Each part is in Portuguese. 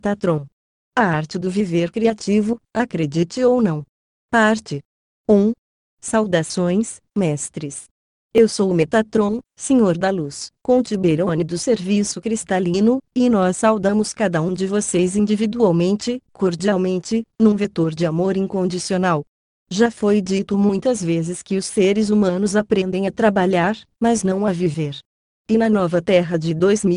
Metatron. A arte do viver criativo, acredite ou não. Parte 1. Saudações, mestres. Eu sou o Metatron, Senhor da Luz, Contiberone do Serviço Cristalino, e nós saudamos cada um de vocês individualmente, cordialmente, num vetor de amor incondicional. Já foi dito muitas vezes que os seres humanos aprendem a trabalhar, mas não a viver. E na nova Terra de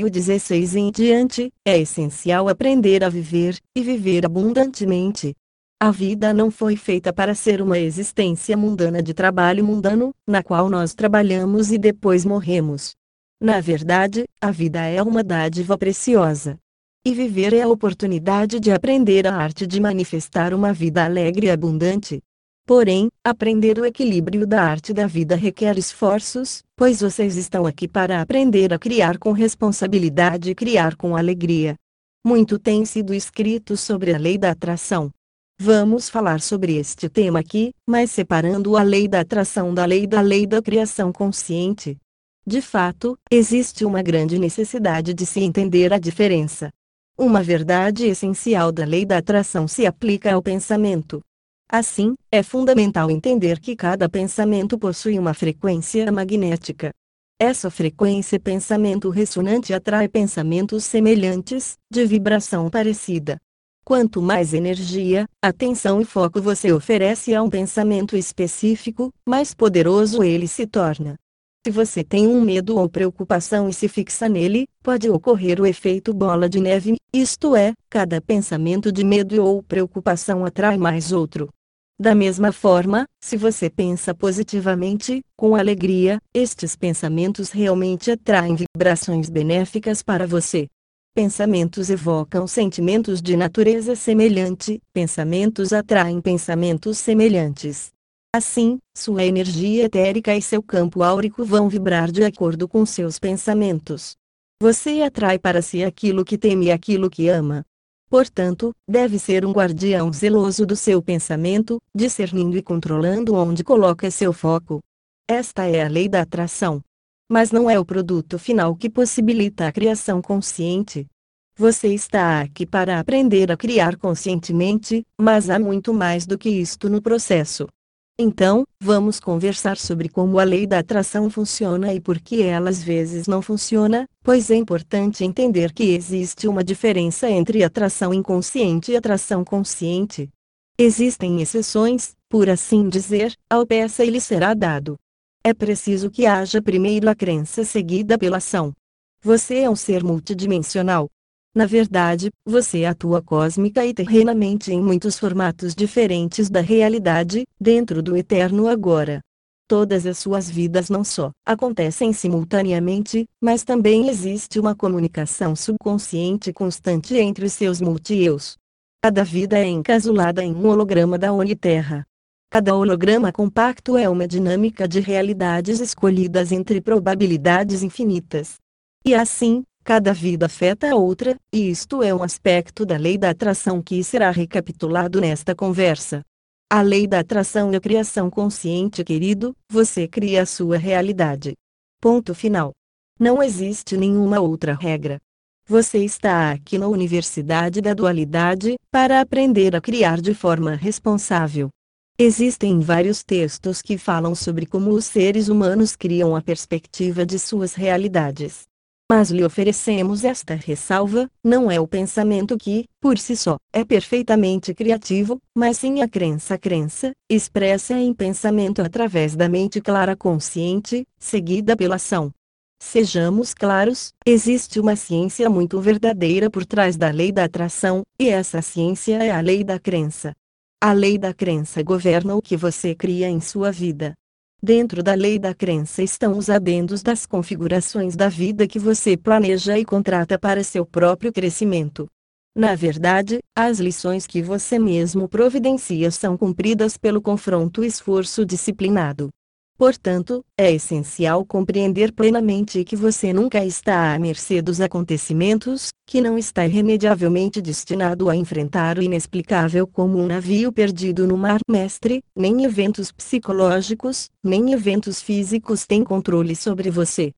2016 em diante, é essencial aprender a viver, e viver abundantemente. A vida não foi feita para ser uma existência mundana de trabalho mundano, na qual nós trabalhamos e depois morremos. Na verdade, a vida é uma dádiva preciosa. E viver é a oportunidade de aprender a arte de manifestar uma vida alegre e abundante. Porém, aprender o equilíbrio da arte da vida requer esforços, pois vocês estão aqui para aprender a criar com responsabilidade e criar com alegria. Muito tem sido escrito sobre a lei da atração. Vamos falar sobre este tema aqui, mas separando a lei da atração da lei da criação consciente. De fato, existe uma grande necessidade de se entender a diferença. Uma verdade essencial da lei da atração se aplica ao pensamento. Assim, é fundamental entender que cada pensamento possui uma frequência magnética. Essa frequência pensamento ressonante atrai pensamentos semelhantes, de vibração parecida. Quanto mais energia, atenção e foco você oferece a um pensamento específico, mais poderoso ele se torna. Se você tem um medo ou preocupação e se fixa nele, pode ocorrer o efeito bola de neve, isto é, cada pensamento de medo ou preocupação atrai mais outro. Da mesma forma, se você pensa positivamente, com alegria, estes pensamentos realmente atraem vibrações benéficas para você. Pensamentos evocam sentimentos de natureza semelhante, pensamentos atraem pensamentos semelhantes. Assim, sua energia etérica e seu campo áurico vão vibrar de acordo com seus pensamentos. Você atrai para si aquilo que teme e aquilo que ama. Portanto, deve ser um guardião zeloso do seu pensamento, discernindo e controlando onde coloca seu foco. Esta é a lei da atração. Mas não é o produto final que possibilita a criação consciente. Você está aqui para aprender a criar conscientemente, mas há muito mais do que isto no processo. Então, vamos conversar sobre como a lei da atração funciona e por que ela às vezes não funciona, pois é importante entender que existe uma diferença entre atração inconsciente e atração consciente. Existem exceções, por assim dizer, ao peça e lhe será dado. É preciso que haja primeiro a crença seguida pela ação. Você é um ser multidimensional. Na verdade, você atua cósmica e terrenamente em muitos formatos diferentes da realidade, dentro do eterno agora. Todas as suas vidas não só acontecem simultaneamente, mas também existe uma comunicação subconsciente constante entre os seus multi-eus. Cada vida é encasulada em um holograma da Uniterra. Cada holograma compacto é uma dinâmica de realidades escolhidas entre probabilidades infinitas. E assim, cada vida afeta a outra, e isto é um aspecto da lei da atração que será recapitulado nesta conversa. A lei da atração e a criação consciente, querido, você cria a sua realidade. Ponto final. Não existe nenhuma outra regra. Você está aqui na Universidade da Dualidade, para aprender a criar de forma responsável. Existem vários textos que falam sobre como os seres humanos criam a perspectiva de suas realidades. Mas lhe oferecemos esta ressalva: não é o pensamento que, por si só, é perfeitamente criativo, mas sim a crença expressa em pensamento através da mente clara consciente, seguida pela ação. Sejamos claros, existe uma ciência muito verdadeira por trás da lei da atração, e essa ciência é a lei da crença. A lei da crença governa o que você cria em sua vida. Dentro da lei da crença estão os adendos das configurações da vida que você planeja e contrata para seu próprio crescimento. Na verdade, as lições que você mesmo providencia são cumpridas pelo confronto e esforço disciplinado. Portanto, é essencial compreender plenamente que você nunca está à mercê dos acontecimentos, que não está irremediavelmente destinado a enfrentar o inexplicável como um navio perdido no mar. Mestre, nem eventos psicológicos, nem eventos físicos têm controle sobre você.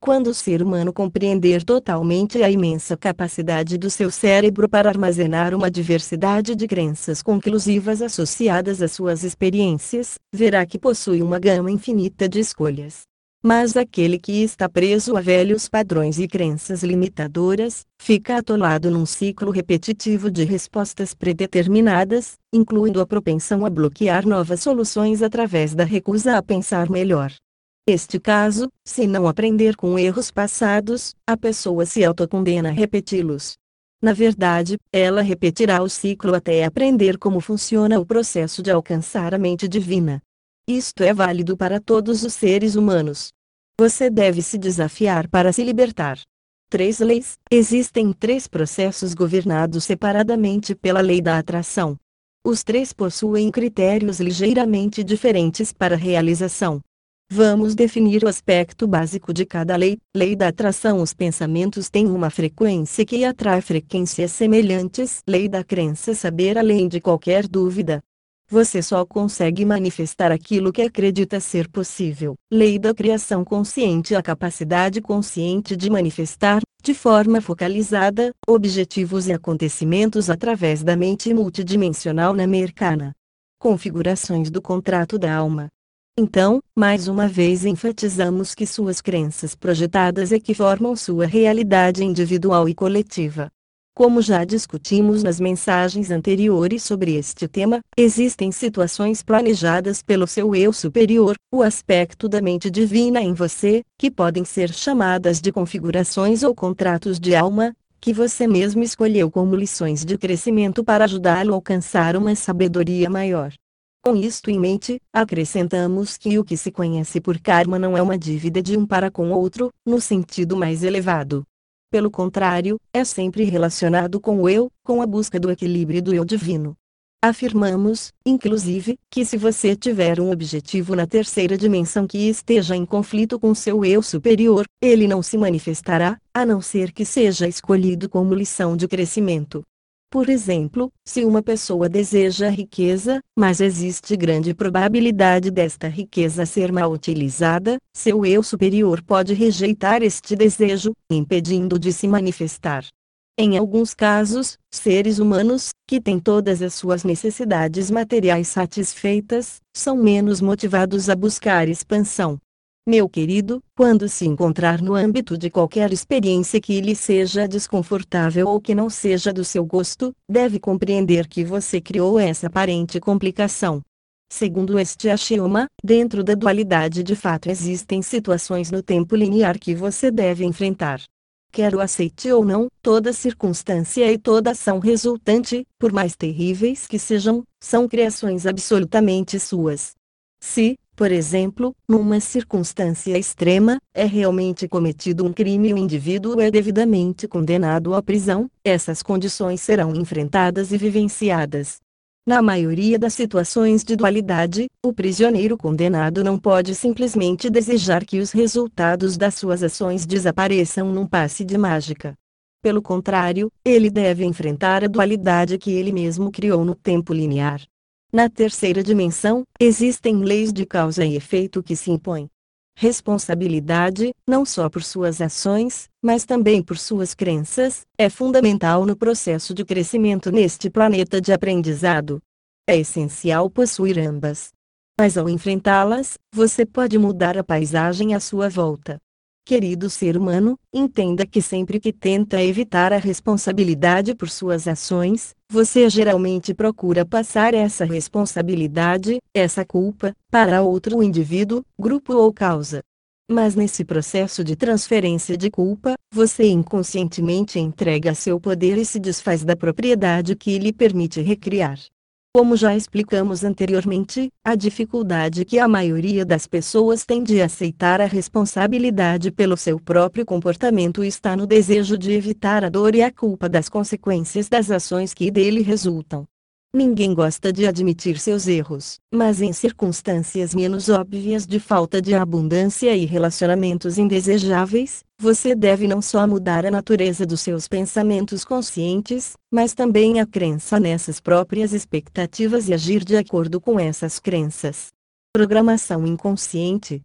Quando o ser humano compreender totalmente a imensa capacidade do seu cérebro para armazenar uma diversidade de crenças conclusivas associadas às suas experiências, verá que possui uma gama infinita de escolhas. Mas aquele que está preso a velhos padrões e crenças limitadoras, fica atolado num ciclo repetitivo de respostas predeterminadas, incluindo a propensão a bloquear novas soluções através da recusa a pensar melhor. Neste caso, se não aprender com erros passados, a pessoa se autocondena a repeti-los. Na verdade, ela repetirá o ciclo até aprender como funciona o processo de alcançar a mente divina. Isto é válido para todos os seres humanos. Você deve se desafiar para se libertar. 3 leis. Existem 3 processos governados separadamente pela lei da atração. Os 3 possuem critérios ligeiramente diferentes para a realização. Vamos definir o aspecto básico de cada lei. Lei da atração: os pensamentos têm uma frequência que atrai frequências semelhantes. Lei da crença: saber além de qualquer dúvida. Você só consegue manifestar aquilo que acredita ser possível. Lei da criação consciente: a capacidade consciente de manifestar, de forma focalizada, objetivos e acontecimentos através da mente multidimensional Namerkana. Configurações do contrato da alma. Então, mais uma vez enfatizamos que suas crenças projetadas é que formam sua realidade individual e coletiva. Como já discutimos nas mensagens anteriores sobre este tema, existem situações planejadas pelo seu eu superior, o aspecto da mente divina em você, que podem ser chamadas de configurações ou contratos de alma, que você mesmo escolheu como lições de crescimento para ajudá-lo a alcançar uma sabedoria maior. Com isto em mente, acrescentamos que o que se conhece por karma não é uma dívida de um para com outro, no sentido mais elevado. Pelo contrário, é sempre relacionado com o eu, com a busca do equilíbrio do eu divino. Afirmamos, inclusive, que se você tiver um objetivo na terceira dimensão que esteja em conflito com seu eu superior, ele não se manifestará, a não ser que seja escolhido como lição de crescimento. Por exemplo, se uma pessoa deseja riqueza, mas existe grande probabilidade desta riqueza ser mal utilizada, seu eu superior pode rejeitar este desejo, impedindo de se manifestar. Em alguns casos, seres humanos, que têm todas as suas necessidades materiais satisfeitas, são menos motivados a buscar expansão. Meu querido, quando se encontrar no âmbito de qualquer experiência que lhe seja desconfortável ou que não seja do seu gosto, deve compreender que você criou essa aparente complicação. Segundo este axioma, dentro da dualidade de fato existem situações no tempo linear que você deve enfrentar. Quer o aceite ou não, toda circunstância e toda ação resultante, por mais terríveis que sejam, são criações absolutamente suas. Se, por exemplo, numa circunstância extrema, é realmente cometido um crime e o indivíduo é devidamente condenado à prisão, essas condições serão enfrentadas e vivenciadas. Na maioria das situações de dualidade, o prisioneiro condenado não pode simplesmente desejar que os resultados das suas ações desapareçam num passe de mágica. Pelo contrário, ele deve enfrentar a dualidade que ele mesmo criou no tempo linear. Na terceira dimensão, existem leis de causa e efeito que se impõem. Responsabilidade, não só por suas ações, mas também por suas crenças, é fundamental no processo de crescimento neste planeta de aprendizado. É essencial possuir ambas. Mas ao enfrentá-las, você pode mudar a paisagem à sua volta. Querido ser humano, entenda que sempre que tenta evitar a responsabilidade por suas ações, você geralmente procura passar essa responsabilidade, essa culpa, para outro indivíduo, grupo ou causa. Mas nesse processo de transferência de culpa, você inconscientemente entrega seu poder e se desfaz da propriedade que lhe permite recriar. Como já explicamos anteriormente, a dificuldade que a maioria das pessoas tem de aceitar a responsabilidade pelo seu próprio comportamento está no desejo de evitar a dor e a culpa das consequências das ações que dele resultam. Ninguém gosta de admitir seus erros, mas em circunstâncias menos óbvias de falta de abundância e relacionamentos indesejáveis, você deve não só mudar a natureza dos seus pensamentos conscientes, mas também a crença nessas próprias expectativas e agir de acordo com essas crenças. Programação inconsciente.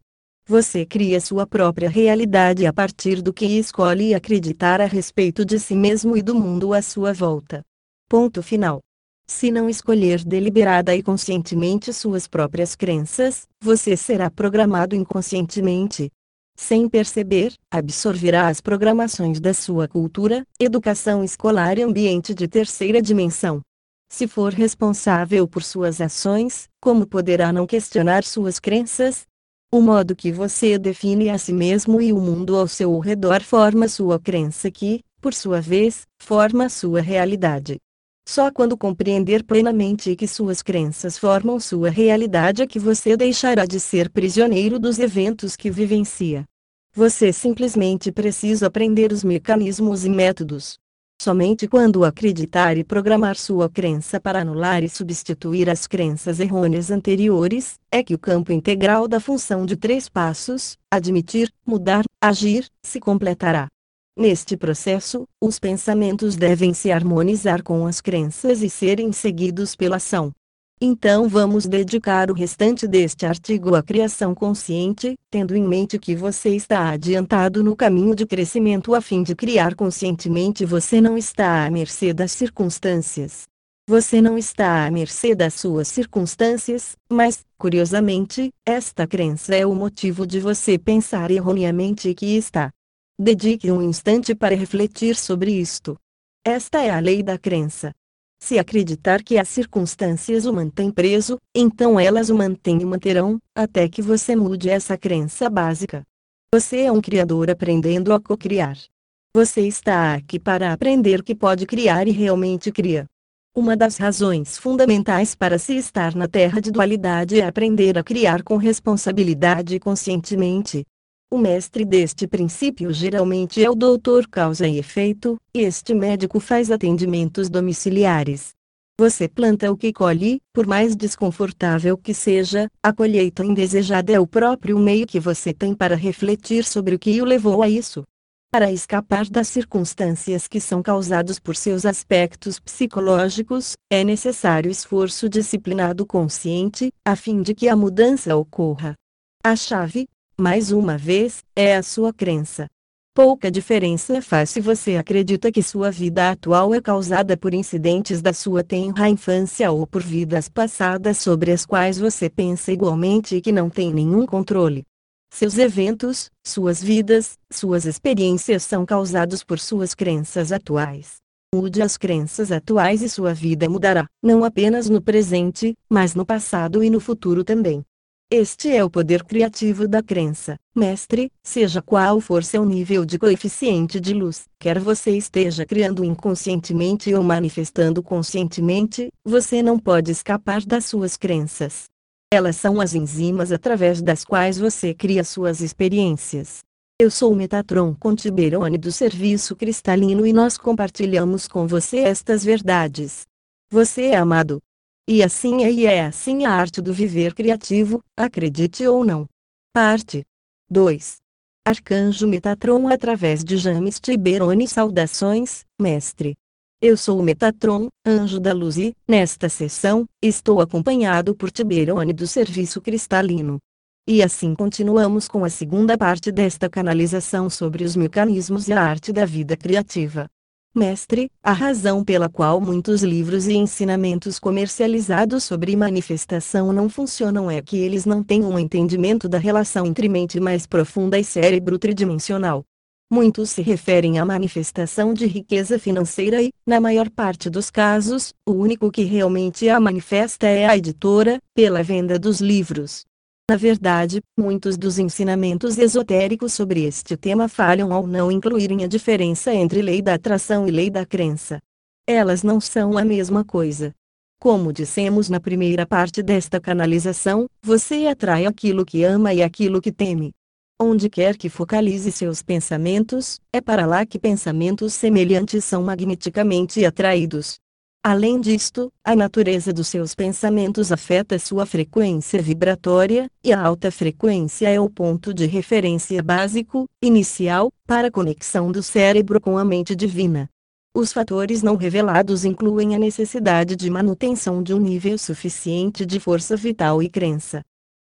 Você cria sua própria realidade a partir do que escolhe acreditar a respeito de si mesmo e do mundo à sua volta. Ponto final. Se não escolher deliberada e conscientemente suas próprias crenças, você será programado inconscientemente. Sem perceber, absorverá as programações da sua cultura, educação escolar e ambiente de terceira dimensão. Se for responsável por suas ações, como poderá não questionar suas crenças? O modo que você define a si mesmo e o mundo ao seu redor forma sua crença que, por sua vez, forma sua realidade. Só quando compreender plenamente que suas crenças formam sua realidade é que você deixará de ser prisioneiro dos eventos que vivencia. Você simplesmente precisa aprender os mecanismos e métodos. Somente quando acreditar e programar sua crença para anular e substituir as crenças errôneas anteriores, é que o campo integral da função de 3 passos, admitir, mudar, agir, se completará. Neste processo, os pensamentos devem se harmonizar com as crenças e serem seguidos pela ação. Então vamos dedicar o restante deste artigo à criação consciente, tendo em mente que você está adiantado no caminho de crescimento a fim de criar conscientemente. Você não está à mercê das circunstâncias. Você não está à mercê das suas circunstâncias, mas, curiosamente, esta crença é o motivo de você pensar erroneamente que está. Dedique um instante para refletir sobre isto. Esta é a lei da crença. Se acreditar que as circunstâncias o mantêm preso, então elas o mantêm e manterão, até que você mude essa crença básica. Você é um criador aprendendo a co-criar. Você está aqui para aprender que pode criar e realmente cria. Uma das razões fundamentais para se estar na terra de dualidade é aprender a criar com responsabilidade e conscientemente. O mestre deste princípio geralmente é o doutor causa e efeito, e este médico faz atendimentos domiciliares. Você planta o que colhe, por mais desconfortável que seja, a colheita indesejada é o próprio meio que você tem para refletir sobre o que o levou a isso. Para escapar das circunstâncias que são causadas por seus aspectos psicológicos, é necessário esforço disciplinado consciente, a fim de que a mudança ocorra. A chave, mais uma vez, é a sua crença. Pouca diferença faz se você acredita que sua vida atual é causada por incidentes da sua tenra infância ou por vidas passadas sobre as quais você pensa igualmente e que não tem nenhum controle. Seus eventos, suas vidas, suas experiências são causados por suas crenças atuais. Mude as crenças atuais e sua vida mudará, não apenas no presente, mas no passado e no futuro também. Este é o poder criativo da crença, mestre, seja qual for seu nível de coeficiente de luz, quer você esteja criando inconscientemente ou manifestando conscientemente, você não pode escapar das suas crenças. Elas são as enzimas através das quais você cria suas experiências. Eu sou o Metatron com Tiberone do Serviço Cristalino e nós compartilhamos com você estas verdades. Você é amado. E assim é assim a arte do viver criativo, acredite ou não. Parte 2. Arcanjo Metatron através de James Tiberone. Saudações, mestre. Eu sou o Metatron, anjo da luz e, nesta sessão, estou acompanhado por Tiberone do Serviço Cristalino. E assim continuamos com a segunda parte desta canalização sobre os mecanismos e a arte da vida criativa. Mestre, a razão pela qual muitos livros e ensinamentos comercializados sobre manifestação não funcionam é que eles não têm um entendimento da relação entre mente mais profunda e cérebro tridimensional. Muitos se referem à manifestação de riqueza financeira e, na maior parte dos casos, o único que realmente a manifesta é a editora, pela venda dos livros. Na verdade, muitos dos ensinamentos esotéricos sobre este tema falham ao não incluírem a diferença entre lei da atração e lei da crença. Elas não são a mesma coisa. Como dissemos na primeira parte desta canalização, você atrai aquilo que ama e aquilo que teme. Onde quer que focalize seus pensamentos, é para lá que pensamentos semelhantes são magneticamente atraídos. Além disto, a natureza dos seus pensamentos afeta sua frequência vibratória, e a alta frequência é o ponto de referência básico, inicial, para a conexão do cérebro com a mente divina. Os fatores não revelados incluem a necessidade de manutenção de um nível suficiente de força vital e crença.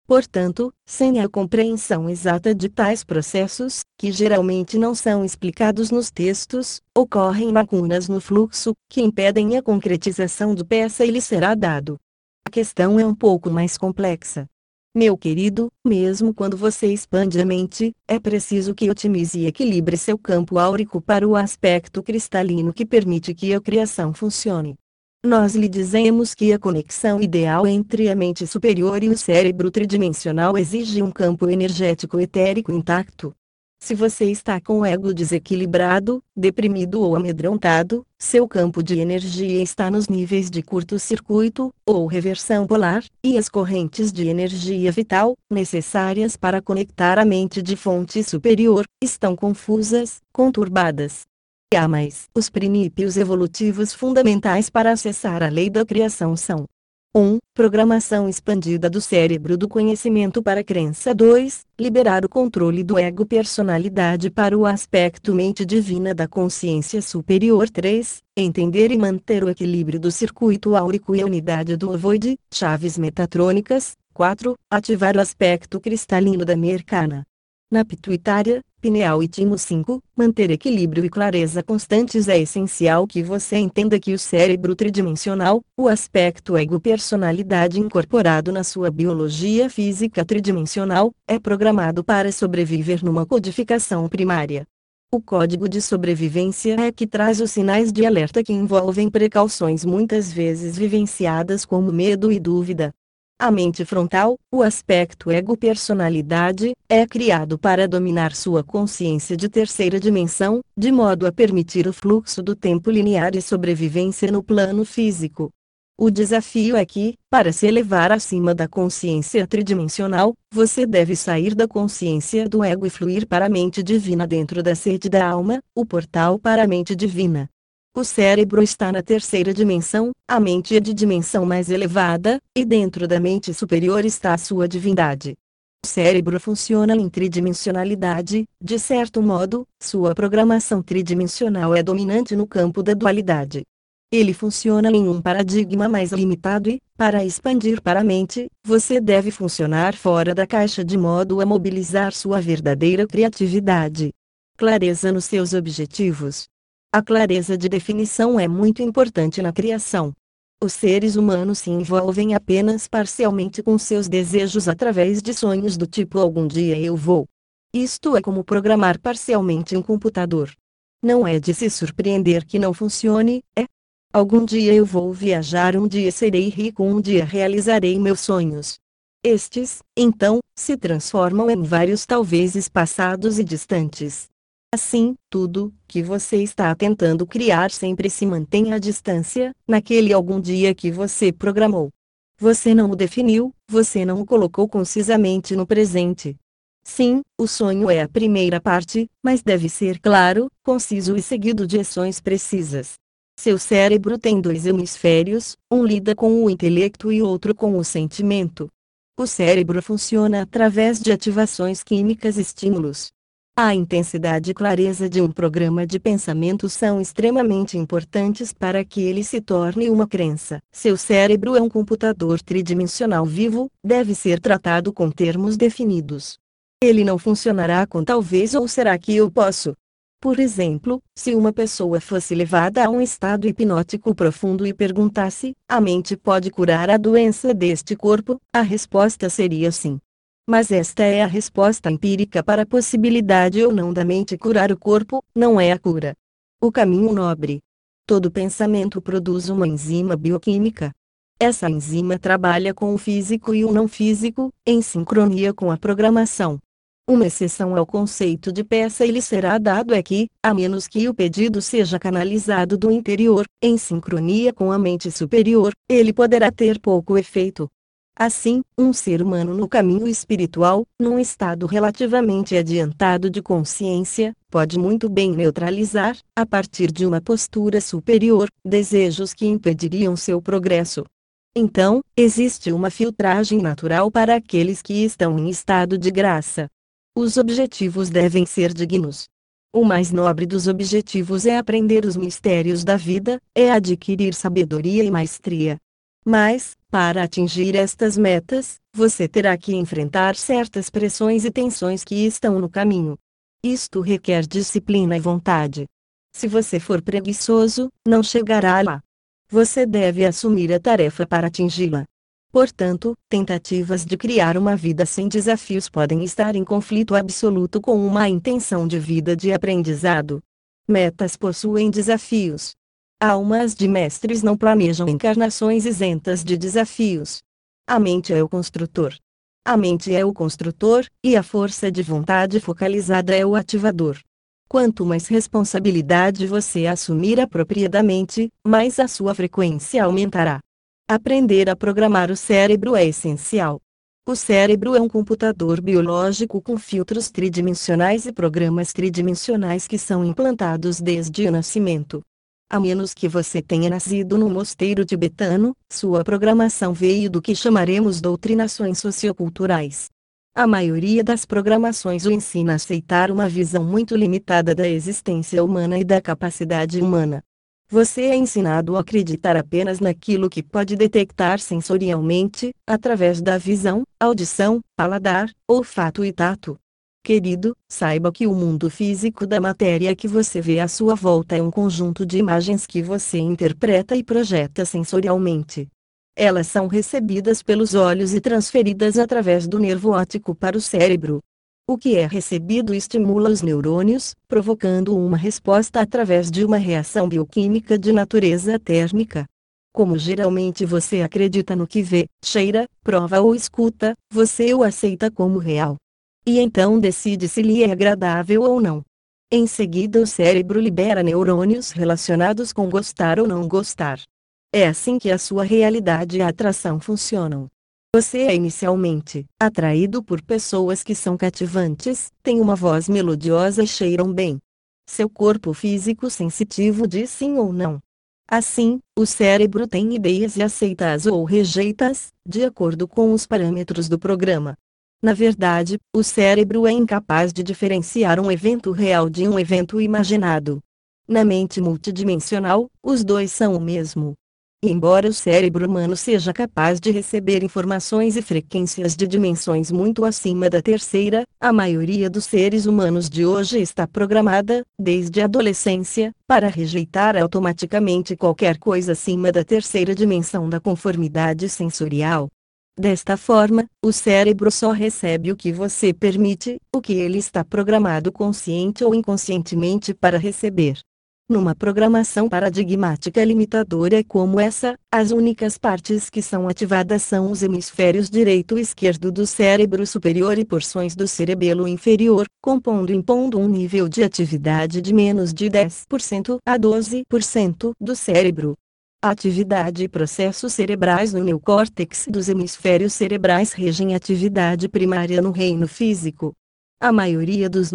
Portanto, sem a compreensão exata de tais processos, que geralmente não são explicados nos textos, ocorrem lacunas no fluxo, que impedem a concretização do peça e lhe será dado. A questão é um pouco mais complexa. Meu querido, mesmo quando você expande a mente, é preciso que otimize e equilibre seu campo áurico para o aspecto cristalino que permite que a criação funcione. Nós lhe dizemos que a conexão ideal entre a mente superior e o cérebro tridimensional exige um campo energético etérico intacto. Se você está com o ego desequilibrado, deprimido ou amedrontado, seu campo de energia está nos níveis de curto-circuito, ou reversão polar, e as correntes de energia vital, necessárias para conectar a mente de fonte superior, estão confusas, conturbadas. Mas os princípios evolutivos fundamentais para acessar a lei da criação são: 1. Programação expandida do cérebro do conhecimento para a crença. 2. Liberar o controle do ego-personalidade para o aspecto mente divina da consciência superior. 3. Entender e manter o equilíbrio do circuito áurico e a unidade do ovoide, chaves metatrônicas. 4. Ativar o aspecto cristalino da mercana na pituitária, pineal e timo. 5. Manter equilíbrio e clareza constantes. É essencial que você entenda que o cérebro tridimensional, o aspecto ego-personalidade incorporado na sua biologia física tridimensional, é programado para sobreviver numa codificação primária. O código de sobrevivência é que traz os sinais de alerta que envolvem precauções muitas vezes vivenciadas como medo e dúvida. A mente frontal, o aspecto ego-personalidade, é criado para dominar sua consciência de terceira dimensão, de modo a permitir o fluxo do tempo linear e sobrevivência no plano físico. O desafio é que, para se elevar acima da consciência tridimensional, você deve sair da consciência do ego e fluir para a mente divina dentro da sede da alma, o portal para a mente divina. O cérebro está na terceira dimensão, a mente é de dimensão mais elevada, e dentro da mente superior está a sua divindade. O cérebro funciona em tridimensionalidade, de certo modo, sua programação tridimensional é dominante no campo da dualidade. Ele funciona em um paradigma mais limitado e, para expandir para a mente, você deve funcionar fora da caixa de modo a mobilizar sua verdadeira criatividade. Clareza nos seus objetivos. A clareza de definição é muito importante na criação. Os seres humanos se envolvem apenas parcialmente com seus desejos através de sonhos do tipo algum dia eu vou. Isto é como programar parcialmente um computador. Não é de se surpreender que não funcione, é. Algum dia eu vou viajar, um dia serei rico, um dia realizarei meus sonhos. Estes, então, se transformam em vários talvezes passados e distantes. Assim, tudo que você está tentando criar sempre se mantém à distância, naquele algum dia que você programou. Você não o definiu, você não o colocou concisamente no presente. Sim, o sonho é a primeira parte, mas deve ser claro, conciso e seguido de ações precisas. Seu cérebro tem dois hemisférios, um lida com o intelecto e outro com o sentimento. O cérebro funciona através de ativações químicas e estímulos. A intensidade e clareza de um programa de pensamento são extremamente importantes para que ele se torne uma crença. Seu cérebro é um computador tridimensional vivo, deve ser tratado com termos definidos. Ele não funcionará com talvez ou será que eu posso. Por exemplo, se uma pessoa fosse levada a um estado hipnótico profundo e perguntasse: a mente pode curar a doença deste corpo? A resposta seria sim. Mas esta é a resposta empírica para a possibilidade ou não da mente curar o corpo, não é a cura. O caminho nobre. Todo pensamento produz uma enzima bioquímica. Essa enzima trabalha com o físico e o não físico, em sincronia com a programação. Uma exceção ao conceito de peça lhe será dado é que, a menos que o pedido seja canalizado do interior, em sincronia com a mente superior, ele poderá ter pouco efeito. Assim, um ser humano no caminho espiritual, num estado relativamente adiantado de consciência, pode muito bem neutralizar, a partir de uma postura superior, desejos que impediriam seu progresso. Então, existe uma filtragem natural para aqueles que estão em estado de graça. Os objetivos devem ser dignos. O mais nobre dos objetivos é aprender os mistérios da vida, é adquirir sabedoria e maestria. Mas, Para atingir estas metas, você terá que enfrentar certas pressões e tensões que estão no caminho. Isto requer disciplina e vontade. Se você for preguiçoso, não chegará lá. Você deve assumir a tarefa para atingi-la. Portanto, tentativas de criar uma vida sem desafios podem estar em conflito absoluto com uma intenção de vida de aprendizado. Metas possuem desafios. Almas de mestres não planejam encarnações isentas de desafios. A mente é o construtor. A mente é o construtor, e a força de vontade focalizada é o ativador. Quanto mais responsabilidade você assumir apropriadamente, mais a sua frequência aumentará. Aprender a programar o cérebro é essencial. O cérebro é um computador biológico com filtros tridimensionais e programas tridimensionais que são implantados desde o nascimento. A menos que você tenha nascido no mosteiro tibetano, sua programação veio do que chamaremos doutrinações socioculturais. A maioria das programações o ensina a aceitar uma visão muito limitada da existência humana e da capacidade humana. Você é ensinado a acreditar apenas naquilo que pode detectar sensorialmente, através da visão, audição, paladar, olfato e tato. Querido, saiba que o mundo físico da matéria que você vê à sua volta é um conjunto de imagens que você interpreta e projeta sensorialmente. Elas são recebidas pelos olhos e transferidas através do nervo óptico para o cérebro. O que é recebido estimula os neurônios, provocando uma resposta através de uma reação bioquímica de natureza térmica. Como geralmente você acredita no que vê, cheira, prova ou escuta, você o aceita como real. E então decide se lhe é agradável ou não. Em seguida o cérebro libera neurônios relacionados com gostar ou não gostar. É assim que a sua realidade e a atração funcionam. Você é inicialmente atraído por pessoas que são cativantes, têm uma voz melodiosa e cheiram bem. Seu corpo físico sensitivo diz sim ou não. Assim, o cérebro tem ideias e aceita-as ou rejeita-as, de acordo com os parâmetros do programa. Na verdade, o cérebro é incapaz de diferenciar um evento real de um evento imaginado. Na mente multidimensional, os dois são o mesmo. Embora o cérebro humano seja capaz de receber informações e frequências de dimensões muito acima da terceira, a maioria dos seres humanos de hoje está programada, desde a adolescência, para rejeitar automaticamente qualquer coisa acima da terceira dimensão da conformidade sensorial. Desta forma, o cérebro só recebe o que você permite, o que ele está programado consciente ou inconscientemente para receber. Numa programação paradigmática limitadora como essa, as únicas partes que são ativadas são os hemisférios direito e esquerdo do cérebro superior e porções do cerebelo inferior, impondo um nível de atividade de menos de 10% a 12% do cérebro. A atividade e processos cerebrais no neocórtex dos hemisférios cerebrais regem a atividade primária no reino físico. A maioria dos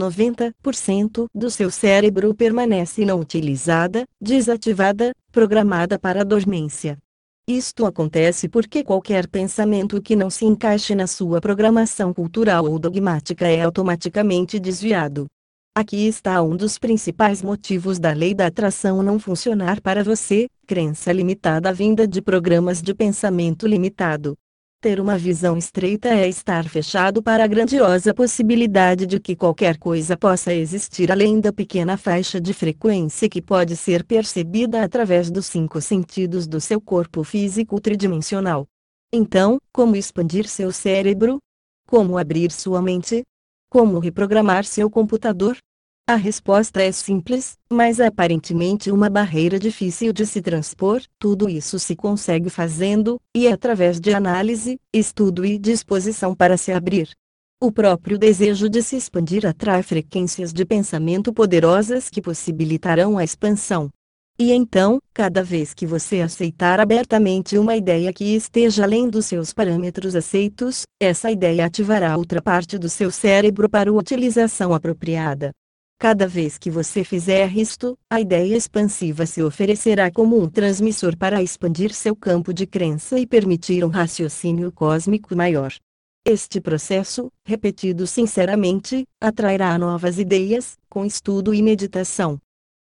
90% do seu cérebro permanece não utilizada, desativada, programada para a dormência. Isto acontece porque qualquer pensamento que não se encaixe na sua programação cultural ou dogmática é automaticamente desviado. Aqui está um dos principais motivos da lei da atração não funcionar para você: crença limitada vinda de programas de pensamento limitado. Ter uma visão estreita é estar fechado para a grandiosa possibilidade de que qualquer coisa possa existir além da pequena faixa de frequência que pode ser percebida através dos 5 sentidos do seu corpo físico tridimensional. Então, como expandir seu cérebro? Como abrir sua mente? Como reprogramar seu computador? A resposta é simples, mas aparentemente uma barreira difícil de se transpor. Tudo isso se consegue fazendo, e através de análise, estudo e disposição para se abrir. O próprio desejo de se expandir atrai frequências de pensamento poderosas que possibilitarão a expansão. E então, cada vez que você aceitar abertamente uma ideia que esteja além dos seus parâmetros aceitos, essa ideia ativará outra parte do seu cérebro para a utilização apropriada. Cada vez que você fizer isto, a ideia expansiva se oferecerá como um transmissor para expandir seu campo de crença e permitir um raciocínio cósmico maior. Este processo, repetido sinceramente, atrairá novas ideias, com estudo e meditação.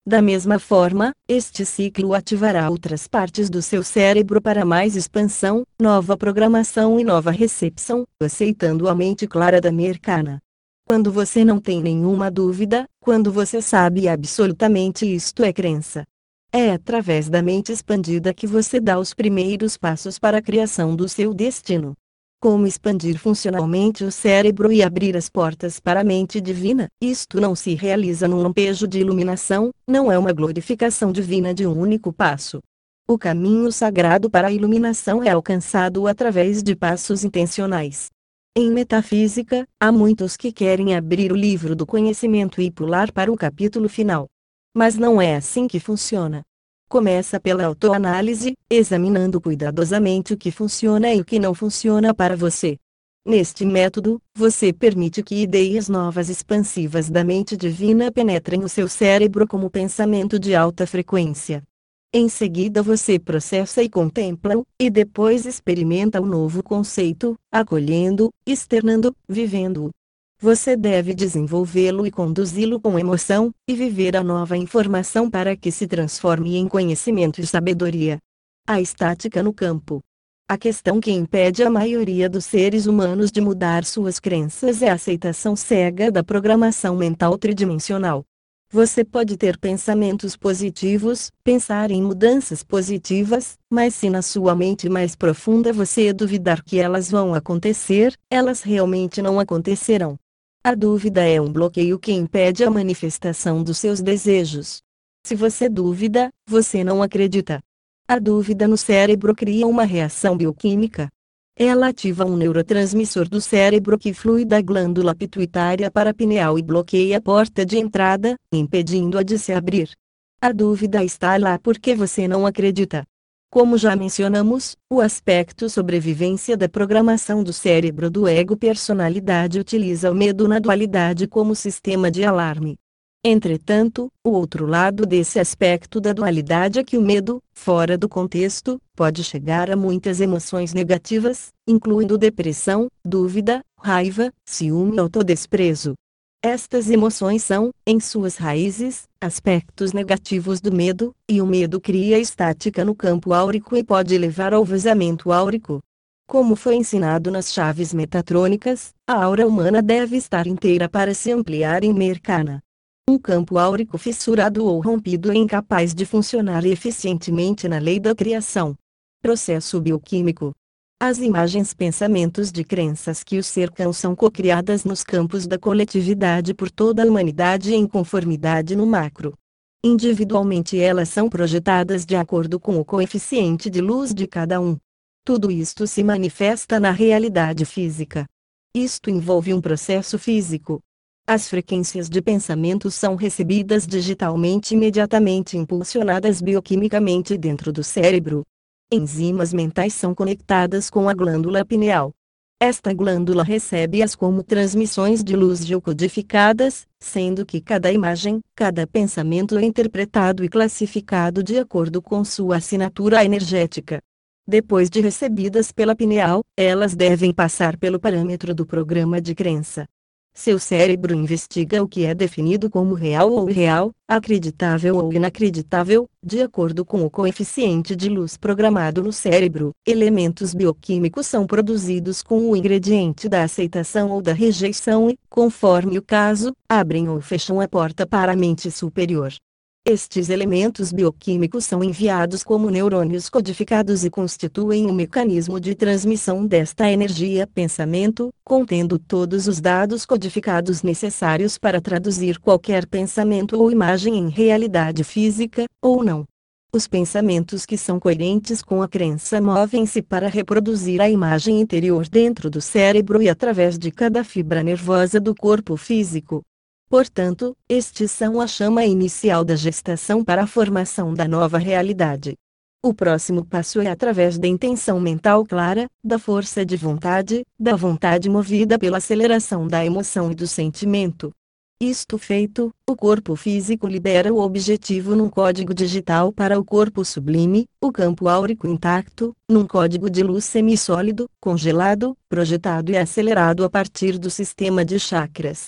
Da mesma forma, este ciclo ativará outras partes do seu cérebro para mais expansão, nova programação e nova recepção, aceitando a mente clara da Merkana. Quando você não tem nenhuma dúvida, quando você sabe absolutamente isto é crença. É através da mente expandida que você dá os primeiros passos para a criação do seu destino. Como expandir funcionalmente o cérebro e abrir as portas para a mente divina? Isto não se realiza num lampejo de iluminação, não é uma glorificação divina de um único passo. O caminho sagrado para a iluminação é alcançado através de passos intencionais. Em metafísica, há muitos que querem abrir o livro do conhecimento e pular para o capítulo final. Mas não é assim que funciona. Começa pela autoanálise, examinando cuidadosamente o que funciona e o que não funciona para você. Neste método, você permite que ideias novas expansivas da mente divina penetrem o seu cérebro como pensamento de alta frequência. Em seguida você processa e contempla-o, e depois experimenta o novo conceito, acolhendo, externando, vivendo-o. Você deve desenvolvê-lo e conduzi-lo com emoção, e viver a nova informação para que se transforme em conhecimento e sabedoria. A estática no campo. A questão que impede a maioria dos seres humanos de mudar suas crenças é a aceitação cega da programação mental tridimensional. Você pode ter pensamentos positivos, pensar em mudanças positivas, mas se na sua mente mais profunda você duvidar que elas vão acontecer, elas realmente não acontecerão. A dúvida é um bloqueio que impede a manifestação dos seus desejos. Se você duvida, você não acredita. A dúvida no cérebro cria uma reação bioquímica. Ela ativa um neurotransmissor do cérebro que flui da glândula pituitária para a pineal e bloqueia a porta de entrada, impedindo-a de se abrir. A dúvida está lá porque você não acredita. Como já mencionamos, o aspecto sobrevivência da programação do cérebro do ego-personalidade utiliza o medo na dualidade como sistema de alarme. Entretanto, o outro lado desse aspecto da dualidade é que o medo, fora do contexto, pode chegar a muitas emoções negativas, incluindo depressão, dúvida, raiva, ciúme e autodesprezo. Estas emoções são, em suas raízes, aspectos negativos do medo, e o medo cria estática no campo áurico e pode levar ao vazamento áurico. Como foi ensinado nas chaves metatrônicas, a aura humana deve estar inteira para se ampliar em Merkana. Um campo áurico fissurado ou rompido é incapaz de funcionar eficientemente na lei da criação. Processo bioquímico. As imagens pensamentos de crenças que o cercam são cocriadas nos campos da coletividade por toda a humanidade em conformidade no macro. Individualmente elas são projetadas de acordo com o coeficiente de luz de cada um. Tudo isto se manifesta na realidade física. Isto envolve um processo físico. As frequências de pensamento são recebidas digitalmente imediatamente impulsionadas bioquimicamente dentro do cérebro. Enzimas mentais são conectadas com a glândula pineal. Esta glândula recebe-as como transmissões de luz geocodificadas, sendo que cada imagem, cada pensamento é interpretado e classificado de acordo com sua assinatura energética. Depois de recebidas pela pineal, elas devem passar pelo parâmetro do programa de crença. Seu cérebro investiga o que é definido como real ou irreal, acreditável ou inacreditável, de acordo com o coeficiente de luz programado no cérebro. Elementos bioquímicos são produzidos com o ingrediente da aceitação ou da rejeição e, conforme o caso, abrem ou fecham a porta para a mente superior. Estes elementos bioquímicos são enviados como neurônios codificados e constituem o mecanismo de transmissão desta energia-pensamento, contendo todos os dados codificados necessários para traduzir qualquer pensamento ou imagem em realidade física, ou não. Os pensamentos que são coerentes com a crença movem-se para reproduzir a imagem interior dentro do cérebro e através de cada fibra nervosa do corpo físico. Portanto, estes são a chama inicial da gestação para a formação da nova realidade. O próximo passo é através da intenção mental clara, da força de vontade, da vontade movida pela aceleração da emoção e do sentimento. Isto feito, o corpo físico libera o objetivo num código digital para o corpo sublime, o campo áurico intacto, num código de luz semissólido, congelado, projetado e acelerado a partir do sistema de chakras.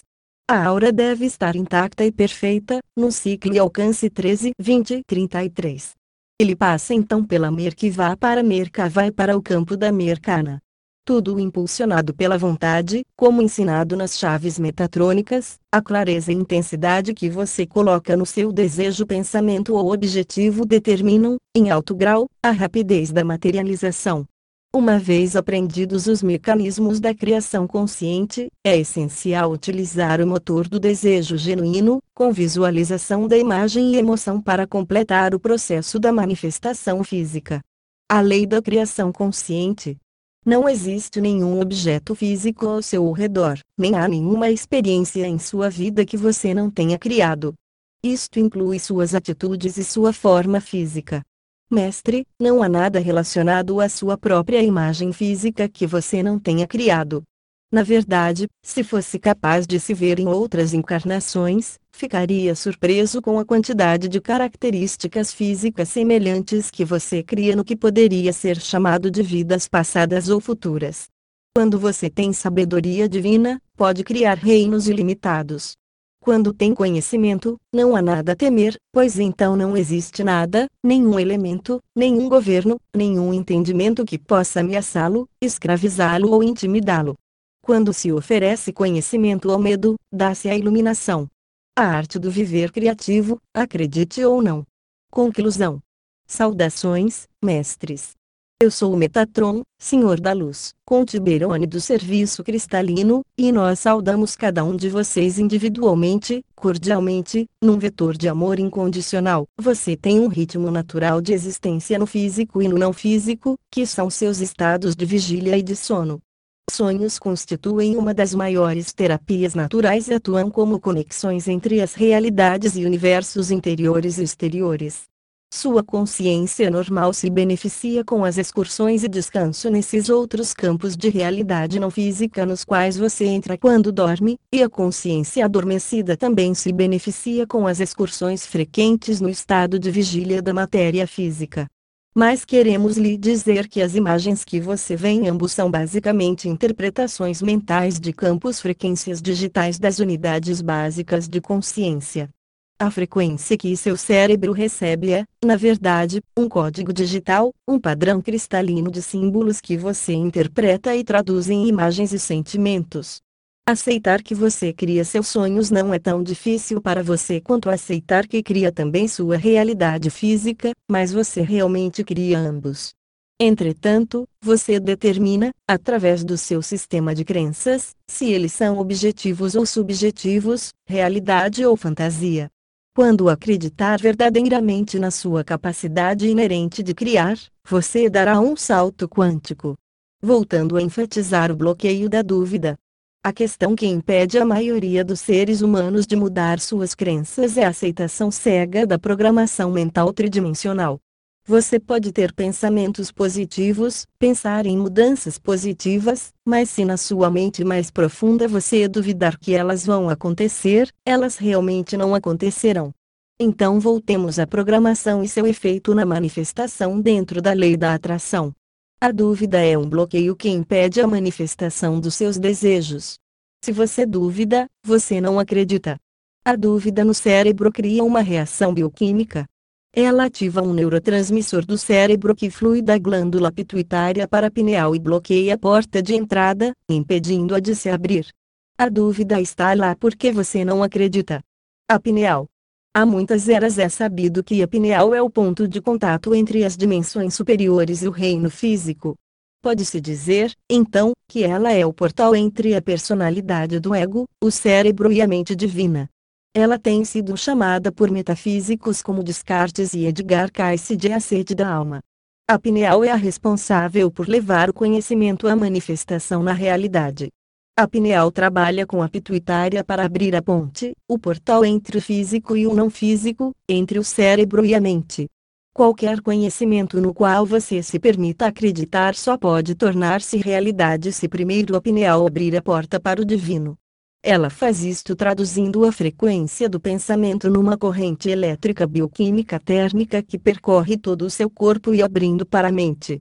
A aura deve estar intacta e perfeita, no ciclo e alcance 13, 20, 33. Ele passa então pela Merkavah para Merkavah e para o campo da Merkana. Tudo impulsionado pela vontade, como ensinado nas chaves metatrônicas, a clareza e intensidade que você coloca no seu desejo, pensamento ou objetivo determinam, em alto grau, a rapidez da materialização. Uma vez aprendidos os mecanismos da criação consciente, é essencial utilizar o motor do desejo genuíno, com visualização da imagem e emoção para completar o processo da manifestação física. A lei da criação consciente. Não existe nenhum objeto físico ao seu redor, nem há nenhuma experiência em sua vida que você não tenha criado. Isto inclui suas atitudes e sua forma física. Mestre, não há nada relacionado à sua própria imagem física que você não tenha criado. Na verdade, se fosse capaz de se ver em outras encarnações, ficaria surpreso com a quantidade de características físicas semelhantes que você cria no que poderia ser chamado de vidas passadas ou futuras. Quando você tem sabedoria divina, pode criar reinos ilimitados. Quando tem conhecimento, não há nada a temer, pois então não existe nada, nenhum elemento, nenhum governo, nenhum entendimento que possa ameaçá-lo, escravizá-lo ou intimidá-lo. Quando se oferece conhecimento ao medo, dá-se a iluminação. A arte do viver criativo, acredite ou não. Conclusão. Saudações, mestres. Eu sou o Metatron, Senhor da Luz, Conde Berone do Serviço Cristalino, e nós saudamos cada um de vocês individualmente, cordialmente, num vetor de amor incondicional. Você tem um ritmo natural de existência no físico e no não físico, que são seus estados de vigília e de sono. Sonhos constituem uma das maiores terapias naturais e atuam como conexões entre as realidades e universos interiores e exteriores. Sua consciência normal se beneficia com as excursões e descanso nesses outros campos de realidade não física nos quais você entra quando dorme, e a consciência adormecida também se beneficia com as excursões frequentes no estado de vigília da matéria física. Mas queremos lhe dizer que as imagens que você vê em ambos são basicamente interpretações mentais de campos frequências digitais das unidades básicas de consciência. A frequência que seu cérebro recebe é, na verdade, um código digital, um padrão cristalino de símbolos que você interpreta e traduz em imagens e sentimentos. Aceitar que você cria seus sonhos não é tão difícil para você quanto aceitar que cria também sua realidade física, mas você realmente cria ambos. Entretanto, você determina, através do seu sistema de crenças, se eles são objetivos ou subjetivos, realidade ou fantasia. Quando acreditar verdadeiramente na sua capacidade inerente de criar, você dará um salto quântico. Voltando a enfatizar o bloqueio da dúvida. A questão que impede a maioria dos seres humanos de mudar suas crenças é a aceitação cega da programação mental tridimensional. Você pode ter pensamentos positivos, pensar em mudanças positivas, mas se na sua mente mais profunda você duvidar que elas vão acontecer, elas realmente não acontecerão. Então voltemos à programação e seu efeito na manifestação dentro da lei da atração. A dúvida é um bloqueio que impede a manifestação dos seus desejos. Se você duvida, você não acredita. A dúvida no cérebro cria uma reação bioquímica. Ela ativa um neurotransmissor do cérebro que flui da glândula pituitária para a pineal e bloqueia a porta de entrada, impedindo-a de se abrir. A dúvida está lá porque você não acredita. A pineal. Há muitas eras é sabido que a pineal é o ponto de contato entre as dimensões superiores e o reino físico. Pode-se dizer, então, que ela é o portal entre a personalidade do ego, o cérebro e a mente divina. Ela tem sido chamada por metafísicos como Descartes e Edgar Cayce de a sede da alma. A pineal é a responsável por levar o conhecimento à manifestação na realidade. A pineal trabalha com a pituitária para abrir a ponte, o portal entre o físico e o não físico, entre o cérebro e a mente. Qualquer conhecimento no qual você se permita acreditar só pode tornar-se realidade se primeiro a pineal abrir a porta para o divino. Ela faz isto traduzindo a frequência do pensamento numa corrente elétrica bioquímica térmica que percorre todo o seu corpo e abrindo para a mente.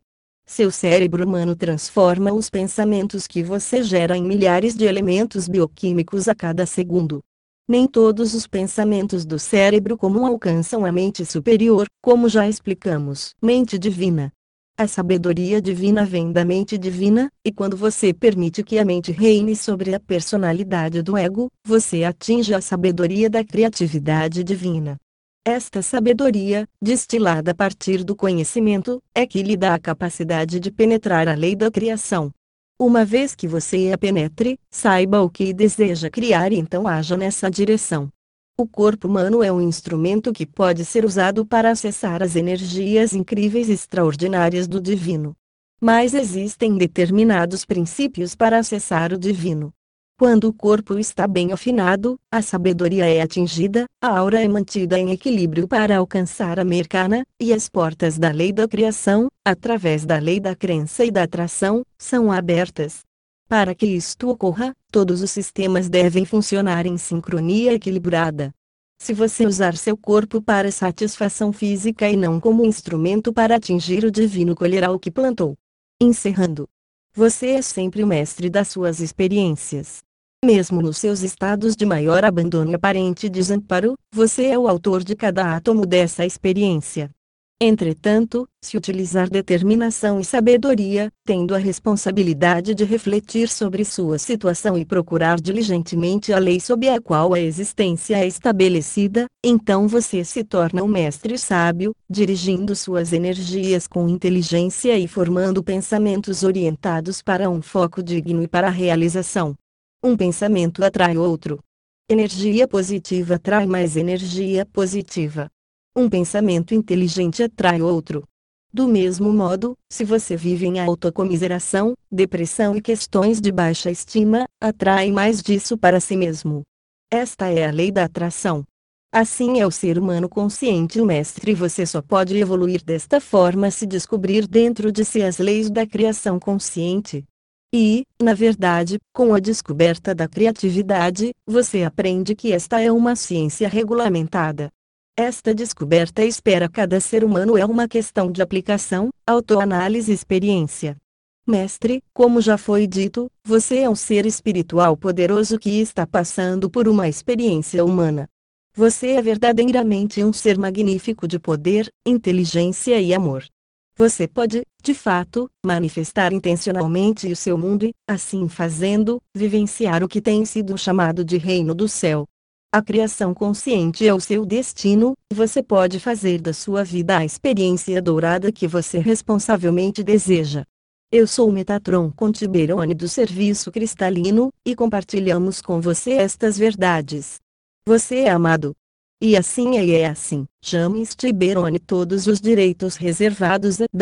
Seu cérebro humano transforma os pensamentos que você gera em milhares de elementos bioquímicos a cada segundo. Nem todos os pensamentos do cérebro comum alcançam a mente superior, como já explicamos. Mente divina. A sabedoria divina vem da mente divina, e quando você permite que a mente reine sobre a personalidade do ego, você atinge a sabedoria da criatividade divina. Esta sabedoria, destilada a partir do conhecimento, é que lhe dá a capacidade de penetrar a lei da criação. Uma vez que você a penetre, saiba o que deseja criar e então haja nessa direção. O corpo humano é um instrumento que pode ser usado para acessar as energias incríveis e extraordinárias do divino. Mas existem determinados princípios para acessar o divino. Quando o corpo está bem afinado, a sabedoria é atingida, a aura é mantida em equilíbrio para alcançar a mercana, e as portas da lei da criação, através da lei da crença e da atração, são abertas. Para que isto ocorra, todos os sistemas devem funcionar em sincronia equilibrada. Se você usar seu corpo para satisfação física e não como instrumento para atingir o divino, colherá o que plantou. Encerrando. Você é sempre o mestre das suas experiências. Mesmo nos seus estados de maior abandono e aparente desamparo, você é o autor de cada átomo dessa experiência. Entretanto, se utilizar determinação e sabedoria, tendo a responsabilidade de refletir sobre sua situação e procurar diligentemente a lei sob a qual a existência é estabelecida, então você se torna um mestre sábio, dirigindo suas energias com inteligência e formando pensamentos orientados para um foco digno e para a realização. Um pensamento atrai outro. Energia positiva atrai mais energia positiva. Um pensamento inteligente atrai outro. Do mesmo modo, se você vive em autocomiseração, depressão e questões de baixa estima, atrai mais disso para si mesmo. Esta é a lei da atração. Assim é o ser humano consciente o mestre, e você só pode evoluir desta forma se descobrir dentro de si as leis da criação consciente. E, na verdade, com a descoberta da criatividade, você aprende que esta é uma ciência regulamentada. Esta descoberta espera cada ser humano é uma questão de aplicação, autoanálise e experiência. Mestre, como já foi dito, você é um ser espiritual poderoso que está passando por uma experiência humana. Você é verdadeiramente um ser magnífico de poder, inteligência e amor. Você pode, de fato, manifestar intencionalmente o seu mundo e, assim fazendo, vivenciar o que tem sido chamado de reino do céu. A criação consciente é o seu destino, e você pode fazer da sua vida a experiência dourada que você responsavelmente deseja. Eu sou Metatron Contiberone do Serviço Cristalino, e compartilhamos com você estas verdades. Você é amado. E assim é assim. James Tiberone. Todos os direitos reservados a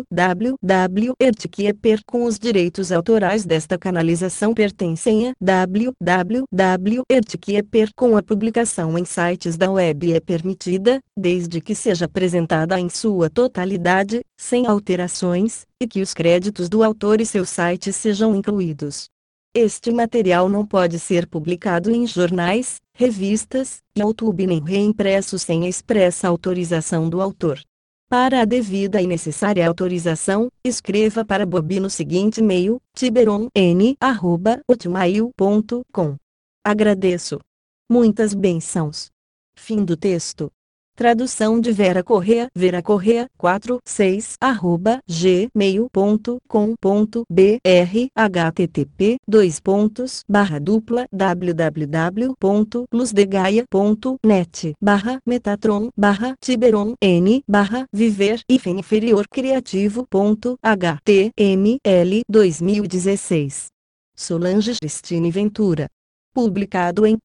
www.ertkeeper com os direitos autorais desta canalização pertencem a www.ertkeeper com a publicação em sites da web é permitida, desde que seja apresentada em sua totalidade, sem alterações, e que os créditos do autor e seu site sejam incluídos. Este material não pode ser publicado em jornais, revistas, YouTube nem reimpresso sem a expressa autorização do autor. Para a devida e necessária autorização, escreva para Bob no seguinte e-mail, tiberon@hotmail.com. Agradeço. Muitas bênçãos. Fim do texto. Tradução de Vera Correa 46@gmail.com.br http://www.luzdegaia.net/metatron/tiberon n/viver inferior criativo.html 2016. Solange Cristine Ventura. Publicado em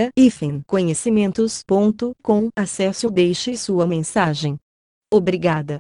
http://vega-conhecimentos.com. Acesse ou deixe sua mensagem. Obrigada.